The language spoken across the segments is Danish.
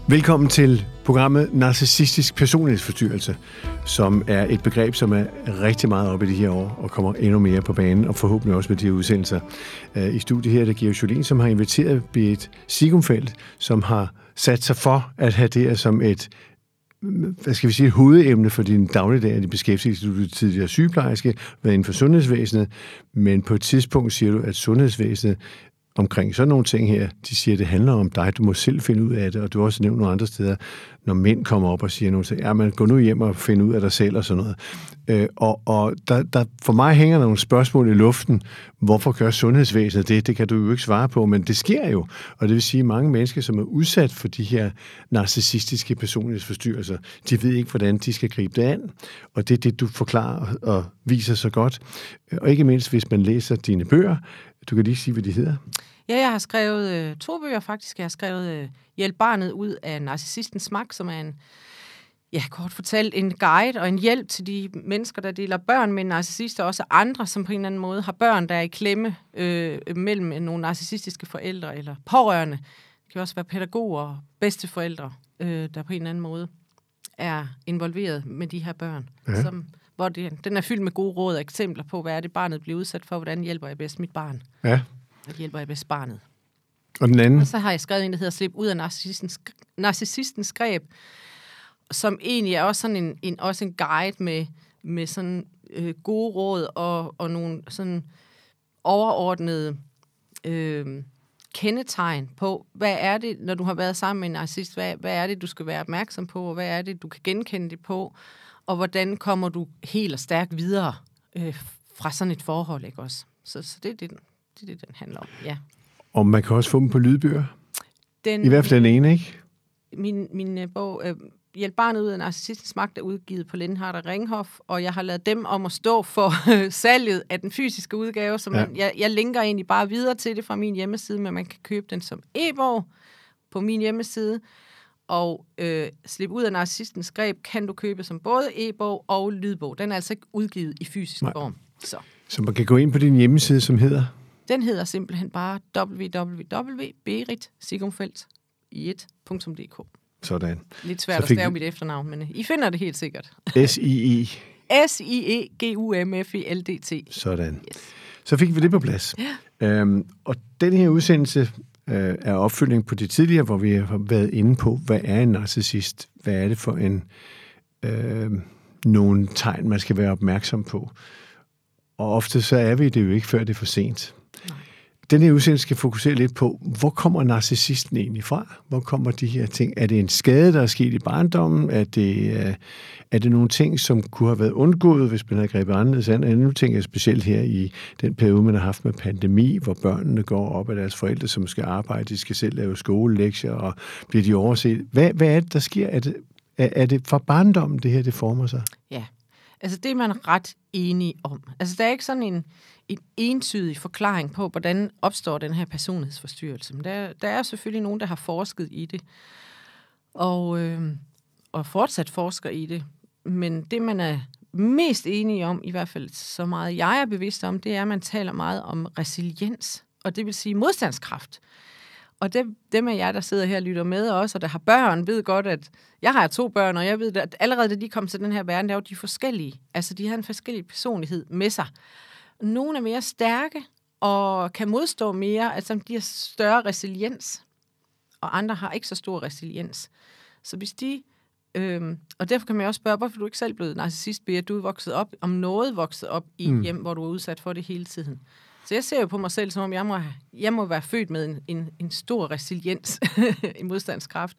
Velkommen til programmet Narcissistisk personlighedsforstyrrelse, som er et begreb, som er rigtig meget op i de her år, og kommer endnu mere på banen, og forhåbentlig også med de her udsendelser. I studiet her er der Georg Jolin, som har inviteret Berit Sigumfeldt, som har sat sig for at have det som et et hovedemne for din dagligdag, de beskæftigelse, du er tidligere sygeplejerske, været inden for sundhedsvæsenet, men på et tidspunkt siger du, at sundhedsvæsenet omkring sådan nogle ting her, de siger, at det handler om dig, du må selv finde ud af det, og du har også nævnt nogle andre steder, når mænd kommer op og siger nogle ting, ja, man gå nu hjem og finde ud af dig selv og sådan noget. Og der for mig hænger nogle spørgsmål i luften. Hvorfor gør sundhedsvæsenet det? Det kan du jo ikke svare på, men det sker jo. Og det vil sige, at mange mennesker, som er udsat for de her narcissistiske personlighedsforstyrrelser, de ved ikke, hvordan de skal gribe det an. Og det er det, du forklarer og viser så godt. Og ikke mindst, hvis man læser dine bøger. Du kan lige sige, hvad de hedder. Ja, jeg har skrevet 2 bøger faktisk. Jeg har skrevet Hjælp barnet ud af narcissistens magt, som er en, kort fortalt, en guide og en hjælp til de mennesker, der deler børn med narcissister, og også andre, som på en eller anden måde har børn, der er i klemme mellem nogle narcissistiske forældre eller pårørende. Det kan også være pædagoger og bedsteforældre, der på en eller anden måde er involveret med de her børn. Ja. Hvor den er fyldt med gode råd og eksempler på, hvad er det, barnet bliver udsat for, hvordan hjælper jeg bedst mit barn. Ja. Hvordan hjælper jeg bedst barnet. Og den anden? Og så har jeg skrevet en, der hedder Slip ud af narcissistens greb, som egentlig er også sådan en guide med sådan gode råd og nogle sådan overordnede kendetegn på, hvad er det, når du har været sammen med en narcissist, hvad er det, du skal være opmærksom på, og hvad er det, du kan genkende det på, og hvordan kommer du helt og stærkt videre fra sådan et forhold, ikke også? Så det er det, den handler om, ja. Og man kan også få dem på lydbøger? I hvert fald den ene, ikke? Min bog, Hjælp barnet ud af narcissistens magt, er udgivet på Lindhardt og Ringhof, og jeg har lavet dem om at stå for salget af den fysiske udgave, så jeg linker egentlig bare videre til det fra min hjemmeside, men man kan købe den som e-bog på min hjemmeside, og Slip ud af narcissistens greb kan du købe som både e-bog og lydbog. Den er altså ikke udgivet i fysisk form. Så man kan gå ind på din hjemmeside, som hedder? Den hedder simpelthen bare www.beritsigumfeldt.dk. Sådan. Lidt svært at stave mit efternavn, men I finder det helt sikkert. S-I-E. S-I-E-G-U-M-F-I-L-D-T. Sådan. Yes. Så fik vi det på plads. Ja. Og den her udsendelse er opfølgning på det tidligere, hvor vi har været inde på, hvad er en narcissist? Hvad er det for nogle tegn, man skal være opmærksom på? Og ofte så er vi det jo ikke, før det er for sent. Nej. Den her udsendelse skal fokusere lidt på, hvor kommer narcissisten egentlig fra? Hvor kommer de her ting? Er det en skade, der er sket i barndommen? Er det nogle ting, som kunne have været undgået, hvis man havde grebet anderledes an? Nu tænker jeg specielt her i den periode, man har haft med pandemi, hvor børnene går op af deres forældre, som skal arbejde, de skal selv lave skolelektier, og bliver de overset. Hvad er det, der sker? Er det fra barndommen, det her det former sig? Ja, altså det er man ret enig om. Altså der er ikke sådan en entydig forklaring på, hvordan opstår den her personlighedsforstyrrelse. Men der er selvfølgelig nogen, der har forsket i det, og fortsat forsker i det. Men det, man er mest enige om, i hvert fald så meget jeg er bevidst om, det er, at man taler meget om resiliens, og det vil sige modstandskraft. Og dem af jer, der sidder her og lytter med også, og der har børn, ved godt, at jeg har 2 børn, og jeg ved, at allerede da de kom til den her verden, der er jo de forskellige. Altså, de har en forskellig personlighed med sig. Nogle er mere stærke og kan modstå mere, altså de har større resiliens, og andre har ikke så stor resiliens. Så hvis de, og derfor kan man også spørge, hvorfor du ikke selv blevet narcissist, Berit? Du er vokset op op i et hjem, hvor du er udsat for det hele tiden. Så jeg ser jo på mig selv, som om jeg må være født med en stor resiliens, en modstandskraft.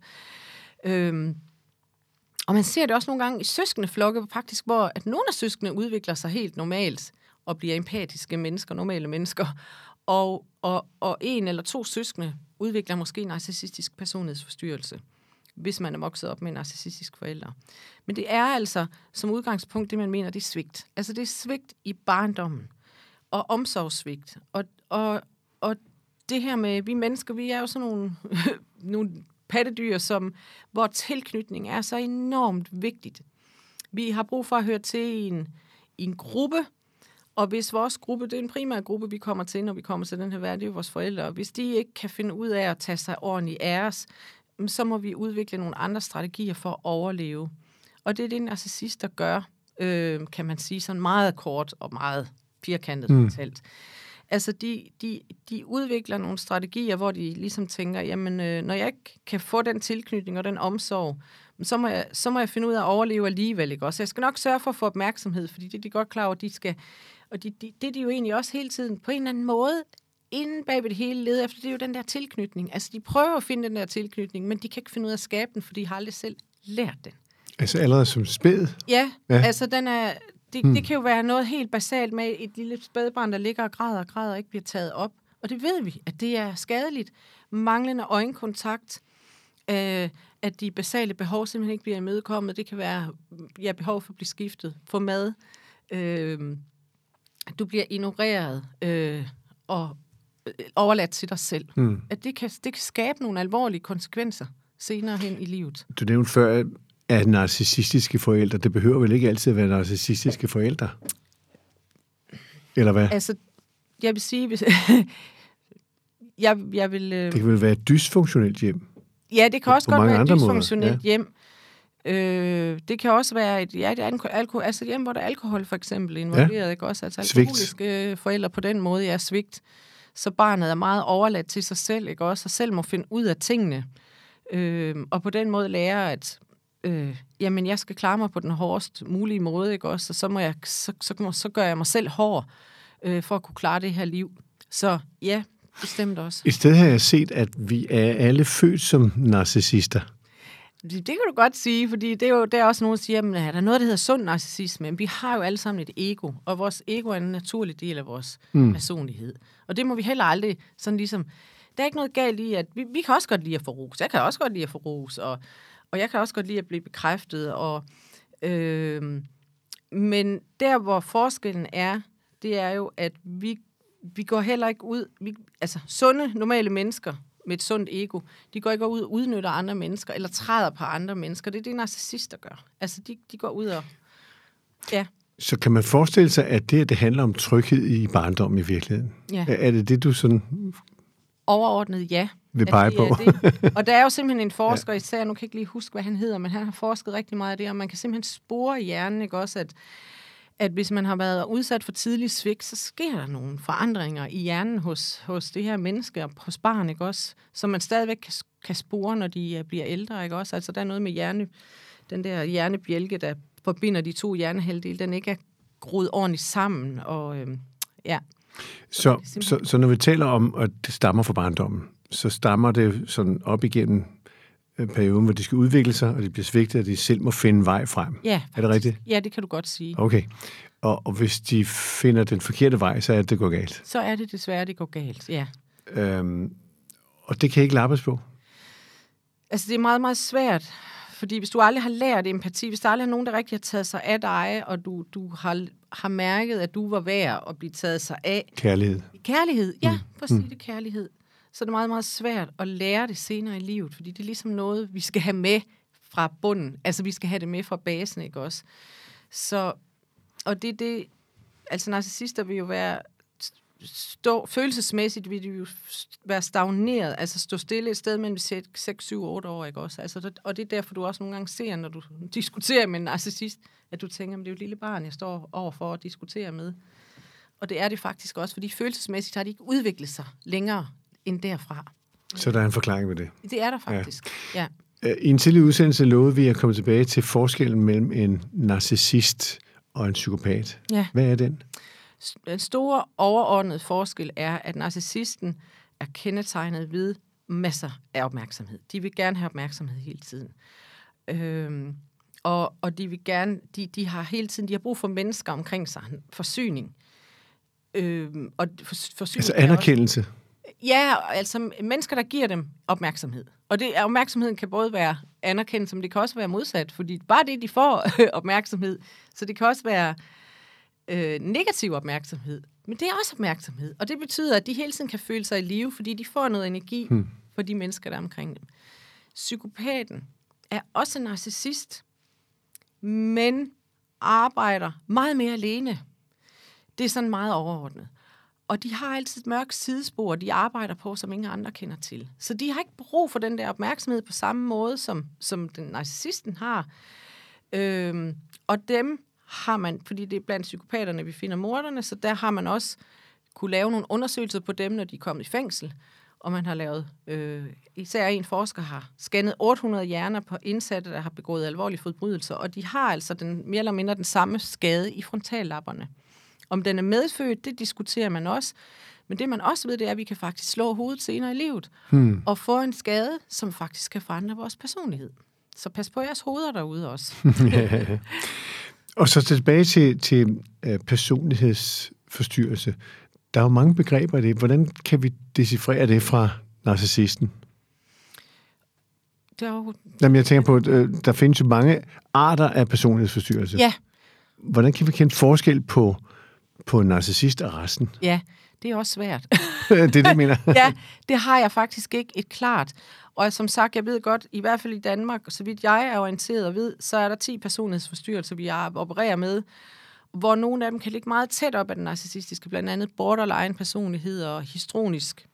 Og man ser det også nogle gange i søskendeflokke, faktisk, hvor at nogle af søskende udvikler sig helt normalt, og bliver empatiske mennesker, normale mennesker, og 1 eller 2 søskende udvikler måske en narcissistisk personlighedsforstyrrelse, hvis man er vokset op med en narcissistisk forælder. Men det er altså som udgangspunkt det, man mener, det er svigt. Altså det er svigt i barndommen, og omsorgssvigt. Og det her med, vi mennesker, vi er jo sådan nogle pattedyr, hvor tilknytning er så enormt vigtigt. Vi har brug for at høre til i en gruppe, og hvis vores gruppe, det er en primær gruppe, vi kommer til, når vi kommer til den her verden, det er jo vores forældre, og hvis de ikke kan finde ud af at tage sig ordentligt af os, så må vi udvikle nogle andre strategier for at overleve. Og det er det, narcissister gør, kan man sige, sådan meget kort og meget firkantet fortalt. Altså, de udvikler nogle strategier, hvor de ligesom tænker, jamen, når jeg ikke kan få den tilknytning og den omsorg, så må jeg finde ud af at overleve alligevel, ikke også? Jeg skal nok sørge for at få opmærksomhed, fordi det er de godt klar over, at de skal... Og det er de jo egentlig også hele tiden på en eller anden måde inden bag ved det hele leder efter, det er jo den der tilknytning. Altså, de prøver at finde den der tilknytning, men de kan ikke finde ud af at skabe den, fordi de har aldrig selv lært den. Altså allerede som spæd? Ja. Altså den er... Det kan jo være noget helt basalt med et lille spædbarn, der ligger og græder og ikke bliver taget op. Og det ved vi, at det er skadeligt. Manglende øjenkontakt, at de basale behov simpelthen ikke bliver imødekommet. Det kan være behov for at blive skiftet, få mad. Du bliver ignoreret og overladt til dig selv. At det kan skabe nogle alvorlige konsekvenser senere hen i livet. Du nævnte før, at narcissistiske forældre, det behøver vel ikke altid at være narcissistiske forældre? Eller hvad? Altså, jeg vil sige, hvis jeg vil... Det kan vel være et dysfunktionelt hjem? Ja, det kan også godt være et måder. dysfunktionelt hjem. Det kan også være et hjem, hvor der er alkohol for eksempel involveret, ikke også? Altså alkoholiske forældre på den måde er svigt. Så barnet er meget overladt til sig selv, ikke også? Og selv må finde ud af tingene. Og på den måde lære, at jamen, jeg skal klare mig på den hårdest mulige måde, ikke også? Og så gør jeg mig selv hård for at kunne klare det her liv. Så ja, bestemt også. I stedet har jeg set, at vi er alle født som narcissister. Det kan du godt sige, fordi det er jo der også nogen, der siger, at der er noget, der hedder sund narcissisme, men vi har jo alle sammen et ego, og vores ego er en naturlig del af vores personlighed. Og det må vi heller aldrig sådan ligesom... Der er ikke noget galt i, at vi kan også godt lide at få ros. Jeg kan også godt lide at få ros, og jeg kan også godt lide at blive bekræftet. Men der, hvor forskellen er, det er jo, at vi går heller ikke ud... Altså, sunde, normale mennesker med et sundt ego, de går ikke ud og udnytter andre mennesker, eller træder på andre mennesker. Det er det, narcissister gør. Altså, de går ud og... Ja. Så kan man forestille sig, at det handler om tryghed i barndommen i virkeligheden? Ja. Er det du sådan... Overordnet, ja. Vil pege på. Og der er jo simpelthen en forsker, især, nu kan jeg ikke lige huske, hvad han hedder, men han har forsket rigtig meget af det, og man kan simpelthen spore i hjernen, ikke også, at hvis man har været udsat for tidlig svigt, så sker der nogle forandringer i hjernen hos det her menneske, og hos barn, ikke også, som man stadigvæk kan spore, når de bliver ældre, ikke også. Altså, der er noget med den der hjernebjælke, der forbinder de to hjernehalvdele, den ikke er groet ordentligt sammen, og ja. Så når vi taler om, at det stammer fra barndommen, så stammer det sådan op igennem perioden, hvor de skal udvikle sig, og de bliver svigtet, og de selv må finde vej frem. Ja, er det rigtigt? Ja, det kan du godt sige. Okay. Og hvis de finder den forkerte vej, så er det går galt? Så er det desværre, det går galt, ja. Og det kan ikke lappes på? Altså, det er meget, meget svært. Fordi hvis du aldrig har lært empati, hvis der aldrig er nogen, der rigtig har taget sig af dig, og du har mærket, at du var værd at blive taget sig af... Kærlighed. Kærlighed, ja, for at sige det, kærlighed. Så er det meget, meget svært at lære det senere i livet, fordi det er ligesom noget, vi skal have med fra bunden. Altså, vi skal have det med fra basen, ikke også? Så, og det... Altså, narcissister vil jo være... følelsesmæssigt vil de jo være stagneret, altså stå stille et sted mellem 6, 7, 8 år, ikke også? Altså, og det er derfor, du også nogle gange ser, når du diskuterer med en narcissist, at du tænker, at det er jo et lille barn, jeg står overfor at diskutere med. Og det er det faktisk også, fordi følelsesmæssigt har de ikke udviklet sig længere end derfra. Så der er en forklaring ved det? Det er der faktisk, ja. I en tidlig udsendelse lovede vi at komme tilbage til forskellen mellem en narcissist og en psykopat. Ja. Hvad er den? Den store overordnede forskel er, at narcissisten er kendetegnet ved masser af opmærksomhed. De vil gerne have opmærksomhed hele tiden. Og de vil gerne, de har hele tiden, de har brug for mennesker omkring sig. Forsyning. Og forsyning altså anerkendelse? Også, ja, altså mennesker, der giver dem opmærksomhed. Og opmærksomheden kan både være anerkendelse, men det kan også være modsat, fordi bare det, de får opmærksomhed, så det kan også være negativ opmærksomhed, men det er også opmærksomhed. Og det betyder, at de hele tiden kan føle sig i live, fordi de får noget energi for de mennesker, der er omkring dem. Psykopaten er også en narcissist, men arbejder meget mere alene. Det er sådan meget overordnet. Og de har altid et mørkt sidespor, de arbejder på, som ingen andre kender til. Så de har ikke brug for den der opmærksomhed på samme måde, som den narcissisten har. Og dem har man, fordi det er blandt psykopaterne, vi finder morderne, så der har man også kunne lave nogle undersøgelser på dem, når de er kommet i fængsel. Og man har lavet, især en forsker har scannet 800 hjerner på indsatte, der har begået alvorlige forbrydelser, og de har altså mere eller mindre den samme skade i frontallapperne. Om den er medfødt, det diskuterer man også. Men det man også ved, det er, at vi kan faktisk slå hovedet senere i livet. Og få en skade, som faktisk kan forandre vores personlighed. Så pas på jeres hoveder derude også. Og så tilbage til personlighedsforstyrrelse. Der er jo mange begreber i det. Hvordan kan vi decifrere det fra narcissisten? Jamen, jeg tænker på, at der findes jo mange arter af personlighedsforstyrrelse. Ja. Hvordan kan vi kende forskel på en narcissist og resten? Ja, det er også svært. Det er det, jeg mener. Ja, det har jeg faktisk ikke et klart. Og som sagt, jeg ved godt, i hvert fald i Danmark, så vidt jeg er orienteret og ved, så er der 10 personlighedsforstyrrelser, vi opererer med, hvor nogle af dem kan ligge meget tæt op af den narcissistiske, blandt andet borderline-personlighed og histrionisk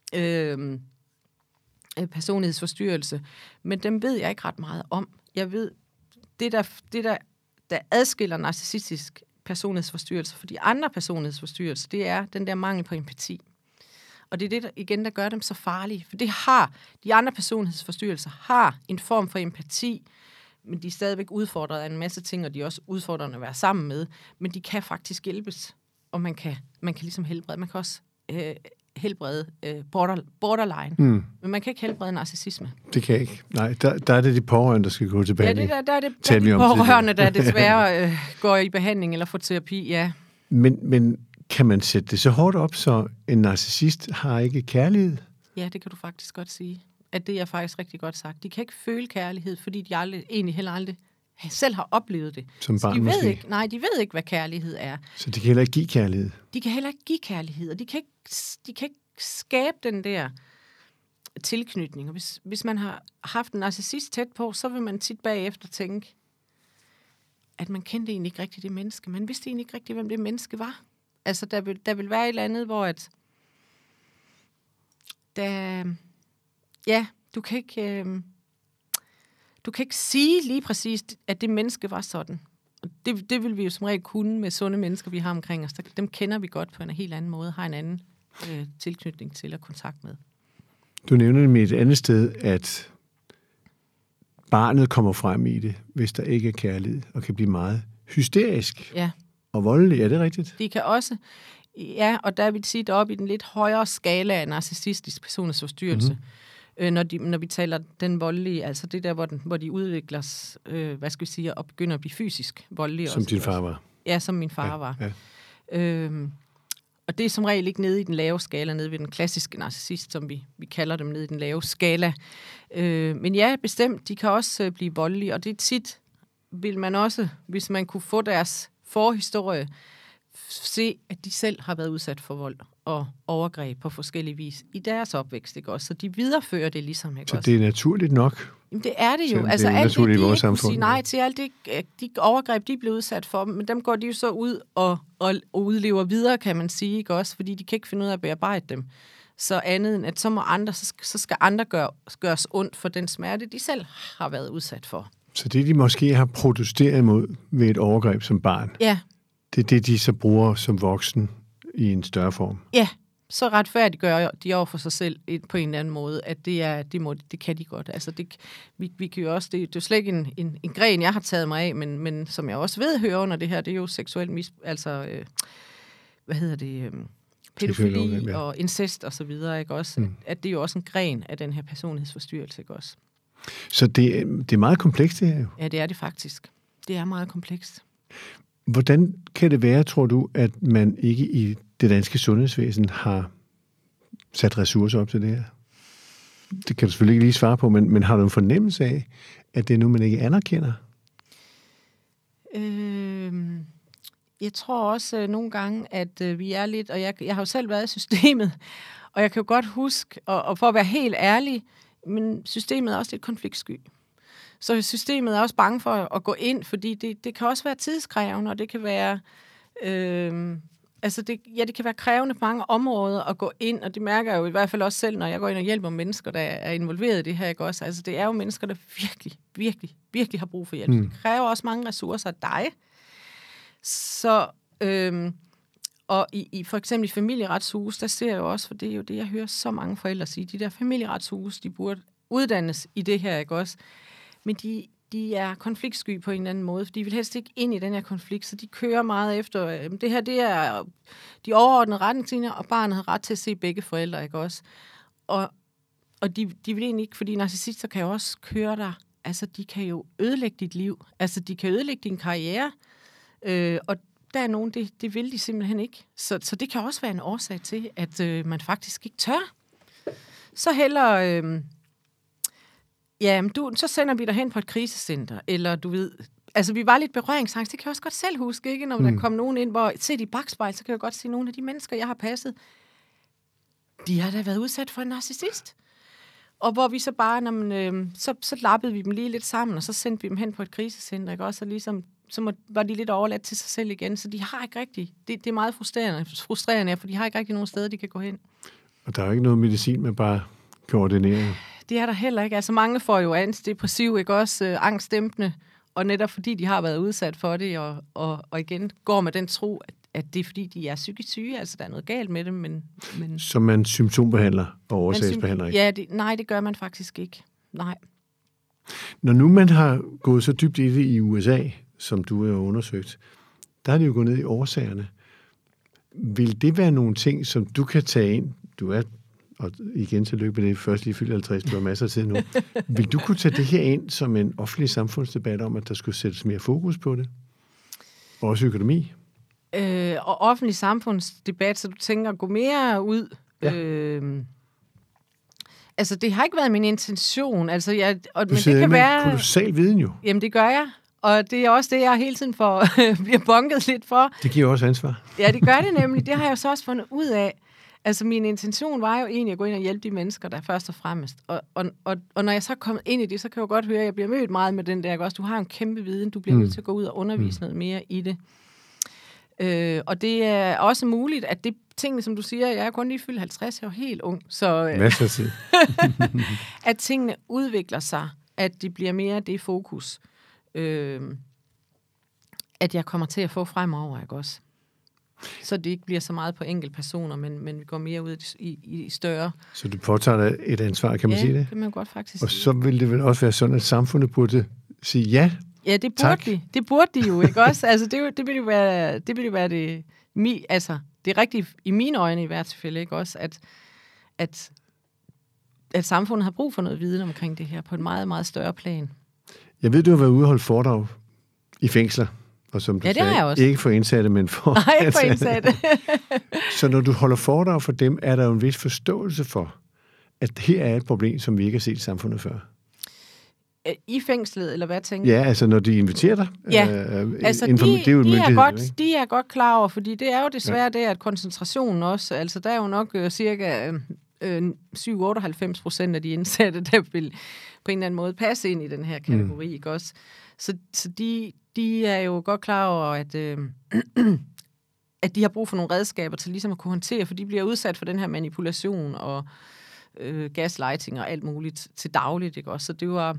personlighedsforstyrrelse. Men dem ved jeg ikke ret meget om. Jeg ved, det der adskiller narcissistisk personlighedsforstyrrelse for de andre personlighedsforstyrrelser, det er den der mangel på empati. Og det er det, der gør dem så farlige. For det har, de andre personlighedsforstyrrelser har en form for empati, men de er stadigvæk udfordret af en masse ting, og de er også udfordrende at være sammen med. Men de kan faktisk hjælpes, og man kan ligesom helbrede. Man kan også helbrede borderline, men man kan ikke helbrede narcissisme. Det kan ikke. Nej, der er det de pårørende, der skal gå til behandling. Ja, der er det de pårørende, der desværre går i behandling eller får terapi, ja. Men kan man sætte det så hårdt op, så en narcissist har ikke kærlighed? Ja, det kan du faktisk godt sige. At det er faktisk rigtig godt sagt. De kan ikke føle kærlighed, fordi de egentlig heller aldrig selv har oplevet det. Som barn de ved de ved ikke, hvad kærlighed er. Så de kan heller ikke give kærlighed? De kan heller ikke give kærlighed, og de kan ikke skabe den der tilknytning. Og hvis man har haft en narcissist tæt på, så vil man tit bagefter tænke, at man kendte egentlig ikke rigtigt det menneske. Man vidste egentlig ikke rigtigt, hvem det menneske var. Altså, der vil være et eller andet, hvor at du kan ikke sige lige præcis, at det menneske var sådan. Og det vil vi jo som regel kunne med sunde mennesker, vi har omkring os. Dem kender vi godt på en helt anden måde, har en anden tilknytning til og kontakt med. Du nævner det med et andet sted, at barnet kommer frem i det, hvis der ikke er kærlighed, og kan blive meget hysterisk og voldelig. Er det rigtigt? De kan også, ja, og der vil sige deroppe i den lidt højere skala af narcissistisk personlighedsforstyrrelse, når vi taler den voldelige, altså det der, hvor de udvikles, og begynder at blive fysisk voldelige. Som din far var? Ja, som min far var. Ja. Og det er som regel ikke nede i den lave skala, nede ved den klassiske narcissist, som vi kalder dem, nede i den lave skala. Men ja, bestemt, de kan også blive voldelige, og det er tit, vil man også, hvis man kunne få deres forhistorie, se, at de selv har været udsat for vold og overgreb på forskellige vis i deres opvækst, ikke også? Så de viderefører det ligesom, ikke så også? Det er naturligt nok? Jamen, det er det jo. Det altså, er alt det, de ikke kunne sige nej til, alt det, de overgreb, de blev udsat for, men dem går de jo så ud og udlever videre, kan man sige, ikke også? Fordi de kan ikke finde ud af at bearbejde dem. Så andet end, at så skal andre gøres ondt for den smerte, de selv har været udsat for. Så det, de måske har protesteret imod ved et overgreb som barn, ja. Det er det, de så bruger som voksen i en større form? Ja, så retfærdiggør de over for sig selv på en eller anden måde, at det kan de godt. Altså vi kan jo også, det er jo slet ikke en gren, jeg har taget mig af, men som jeg også ved hører under det her, det er jo seksuelt pædofili og incest og så videre, ikke også? At det er jo også en gren af den her personlighedsforstyrrelse, ikke også? Så det er meget komplekst, det her jo? Ja, det er det faktisk. Det er meget komplekst. Hvordan kan det være, tror du, at man ikke i det danske sundhedsvæsen har sat ressourcer op til det her? Det kan du selvfølgelig ikke lige svare på, men har du en fornemmelse af, at det er nu, man ikke anerkender? Jeg tror også nogle gange, at vi er lidt, og jeg har jo selv været i systemet, og jeg kan jo godt huske, og for at være helt ærlig, men systemet er også lidt konfliktsky. Så systemet er også bange for at gå ind, fordi det kan også være tidskrævende, og det kan være Altså det kan være krævende på mange områder at gå ind, og det mærker jeg jo i hvert fald også selv, når jeg går ind og hjælper mennesker, der er involveret i det her, ikke også? Altså det er jo mennesker, der virkelig har brug for hjælp. Det kræver også mange ressourcer af dig. Så, og i for eksempel i familieretshus, der ser jeg jo også, for det er jo det, jeg hører så mange forældre sige, de der familieretshus, de burde uddannes i det her, ikke også? Men de er konfliktsky på en eller anden måde, for de vil helst ikke ind i den her konflikt, så de kører meget efter, det her, det er de overordnede retningslinjer, og barnet har ret til at se begge forældre, ikke også? Og de vil egentlig ikke, fordi narcissister kan jo også køre dig, altså de kan jo ødelægge dit liv, altså de kan ødelægge din karriere, og der er nogen, det vil de simpelthen ikke. Så det kan også være en årsag til, at man faktisk ikke tør. Så heller... så sender vi dig hen på et krisecenter, eller du ved, altså vi var lidt berøringsangst, det kan jeg også godt selv huske, ikke? Når der kom nogen ind, hvor set i bakspejl, så kan jeg godt se, nogle af de mennesker, jeg har passet, de har da været udsat for en narcissist. Og hvor vi så bare, så lappede vi dem lige lidt sammen, og så sendte vi dem hen på et krisecenter, ikke? Også, og ligesom, var de lidt overladt til sig selv igen, så de har ikke rigtig, det er meget frustrerende, for de har ikke rigtig nogen steder, de kan gå hen. Og der er jo ikke noget medicin, man bare kan ordinere. Det er der heller ikke. Altså mange får jo antidepressiv, ikke også angstdæmpende, og netop fordi de har været udsat for det, og igen går med den tro, at det er fordi, de er psykisk syge, altså der er noget galt med dem, men... Så man symptombehandler og årsagsbehandler ikke? Ja, nej, det gør man faktisk ikke. Nej. Når nu man har gået så dybt i det i USA, som du har undersøgt, der er det jo gået ned i årsagerne. Vil det være nogle ting, som du kan tage ind? Du er, og igen tillykke med det, først lige fyldt 50, du har masser af tid nu. Vil du kunne tage det her ind som en offentlig samfundsdebat om, at der skulle sættes mere fokus på det? Og også økonomi? Og offentlig samfundsdebat, så du tænker at gå mere ud. Ja. Altså, det har ikke været min intention. Altså, men det kan være kolossal viden jo. Jamen, det gør jeg. Og det er også det, jeg hele tiden bliver bunket lidt for. Det giver også ansvar. Ja, det gør det nemlig. Det har jeg jo så også fundet ud af. Altså, min intention var jo egentlig at gå ind og hjælpe de mennesker, der først og fremmest. Og når jeg så er kommet ind i det, så kan jeg jo godt høre, at jeg bliver mødt meget med den der også. Du har en kæmpe viden. Du bliver nødt til at gå ud og undervise noget mere i det. Og det er også muligt, at det tingene, som du siger, jeg er kun lige fyldt 50, jeg er helt ung. Så masser af tid. at tingene udvikler sig, at de bliver mere det fokus, at jeg kommer til at få fremover, ikke også? Så det ikke bliver så meget på enkelte personer, men vi går mere ud i større. Så du påtager et ansvar, kan man sige det? Ja, kan man godt faktisk og sige. Så vil det vel også være sådan, at samfundet burde sige ja. Ja, det burde de. Det burde de jo, ikke også? Altså, det vil jo være det er rigtigt i mine øjne i hvert fald, ikke også? At samfundet har brug for noget viden omkring det her på et meget, meget større plan. Jeg ved, du har været ude og holde foredrag i fængsler. Og som du sagde, ikke for indsatte, men for nej, ikke for indsatte. Så når du holder foredrag for dem, er der jo en vis forståelse for, at her er et problem, som vi ikke har set i samfundet før. I fængslet, eller hvad tænker du? Ja, altså når de inviterer dig. Ja, altså de er godt klar over, fordi det er jo desværre det, at koncentrationen også, altså der er jo nok cirka 7-98% af de indsatte, der vil på en eller anden måde passe ind i den her kategori, ikke også? Så de er jo godt klar over, at de har brug for nogle redskaber til ligesom at kunne håndtere, for de bliver udsat for den her manipulation og gaslighting og alt muligt til dagligt, ikke også? Så det var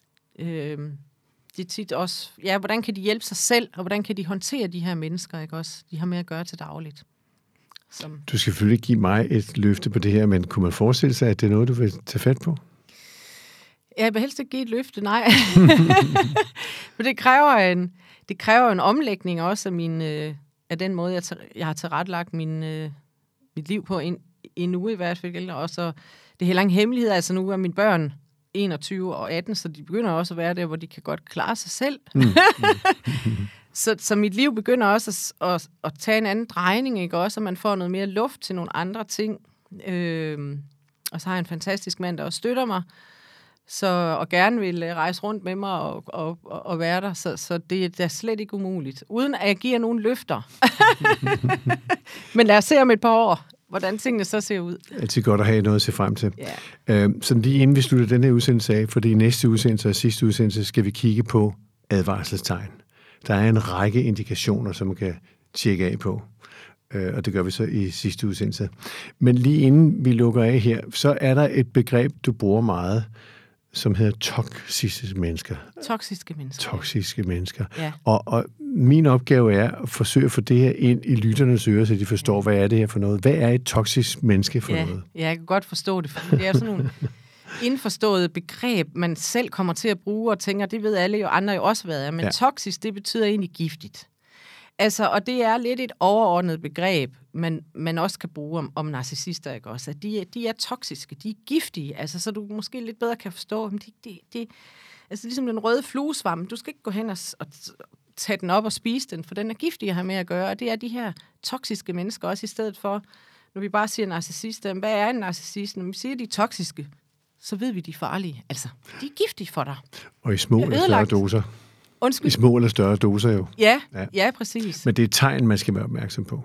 det tit også, ja, hvordan kan de hjælpe sig selv, og hvordan kan de håndtere de her mennesker, ikke også? De har med at gøre til dagligt. Du skal selvfølgelig give mig et løfte på det her, men kunne man forestille sig, at det er noget, du vil tage fat på? Jeg vil helst ikke give et løfte, nej. For det kræver en omlægning også af den måde, jeg har tilrettelagt mit liv på endnu i hvert fald. Og så, det er heller ingen hemmelighed, altså nu er mine børn 21 og 18, så de begynder også at være der, hvor de kan godt klare sig selv. Så mit liv begynder også at tage en anden drejning, ikke også? Og man får noget mere luft til nogle andre ting. Og så har jeg en fantastisk mand, der også støtter mig, og gerne vil rejse rundt med mig og være der. Så det er da slet ikke umuligt. Uden at jeg giver nogen løfter. Men lad os se om et par år, hvordan tingene så ser ud. Altid godt at have noget at se frem til. Yeah. Så lige inden vi slutter den her udsendelse af, for det næste udsendelse og sidste udsendelse, skal vi kigge på advarselstegn. Der er en række indikationer, som man kan tjekke af på. og det gør vi så i sidste udsendelse. Men lige inden vi lukker af her, så er der et begreb, du bruger meget, som hedder toksiske mennesker. Toksiske mennesker. Ja. Og min opgave er at forsøge at få det her ind i lytternes ører, så de forstår, hvad er det her for noget. Hvad er et toksisk menneske for noget? Ja, jeg kan godt forstå det, for det er sådan nogle indforståede begreb, man selv kommer til at bruge og tænker, det ved alle jo, andre jo også, hvad er. Men toksisk, det betyder egentlig giftigt. Altså, og det er lidt et overordnet begreb, man også kan bruge om narcissister, ikke også? At de er toksiske, de er giftige, altså, så du måske lidt bedre kan forstå, at altså ligesom den røde fluesvamp, du skal ikke gå hen og tage den op og spise den, for den er giftig at have med at gøre, og det er de her toksiske mennesker også, i stedet for, når vi bare siger narcissister, hvad er en narcissist? Når vi siger, de er toksiske, så ved vi, de er farlige. Altså, de er giftige for dig. Og i små eller større doser. Undskyld. I små eller større doser jo. Ja, præcis. Men det er et tegn, man skal være opmærksom på.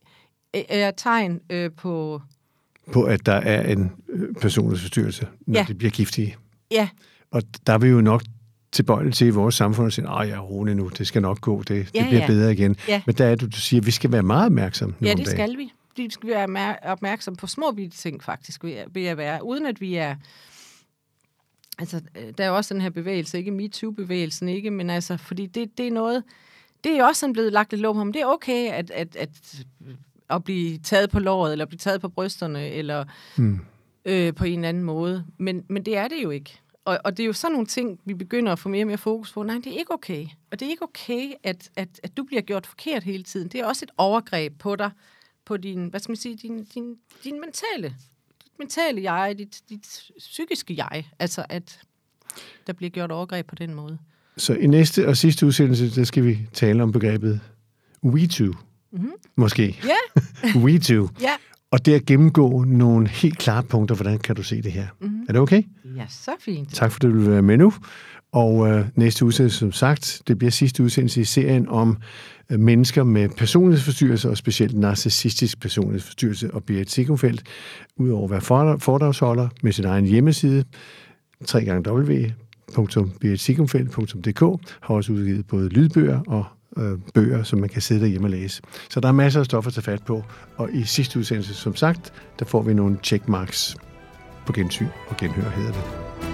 Tegn på... På, at der er en personlighedsforstyrrelse, når det bliver giftige. Ja. Og der er vi jo nok tilbøjelige til i vores samfund at sige, jeg er rolig nu, det skal nok gå, det bliver bedre igen. Ja. Men der er du siger, at vi skal være meget opmærksomme. Ja, det skal vi. Vi skal være opmærksomme på små bitte ting, faktisk, ved at være, uden at vi er... Altså, der er jo også den her bevægelse, ikke MeToo-bevægelsen, ikke, men altså, fordi det er noget, det er jo også sådan blevet lagt lidt lov på, men det er okay at blive taget på låret, eller blive taget på brysterne, eller på en eller anden måde, men det er det jo ikke. Og det er jo sådan nogle ting, vi begynder at få mere og mere fokus på. Nej, det er ikke okay. Og det er ikke okay, at du bliver gjort forkert hele tiden. Det er også et overgreb på dig, på din, hvad skal man sige, din mentale jeg, dit psykiske jeg, altså at der bliver gjort overgreb på den måde. Så i næste og sidste udsendelse, der skal vi tale om begrebet WeToo. Måske. Ja. WeToo. Ja. Og det at gennemgå nogle helt klare punkter, hvordan kan du se det her? Er det okay? Ja, så fint. Tak fordi du vil være med nu. Og næste udsendelse, som sagt, det bliver sidste udsendelse i serien om mennesker med personlighedsforstyrrelse, og specielt narcissistisk personlighedsforstyrrelse. Og Berit Sigumfeldt, udover at være foredragsholder med sin egen hjemmeside, www.beritsigumfeldt.dk, har også udgivet både lydbøger og bøger, som man kan sidde derhjemme og læse. Så der er masser af stoffer at tage fat på. Og i sidste udsendelse, som sagt, der får vi nogle checkmarks på gensyn og genhør, hedder det.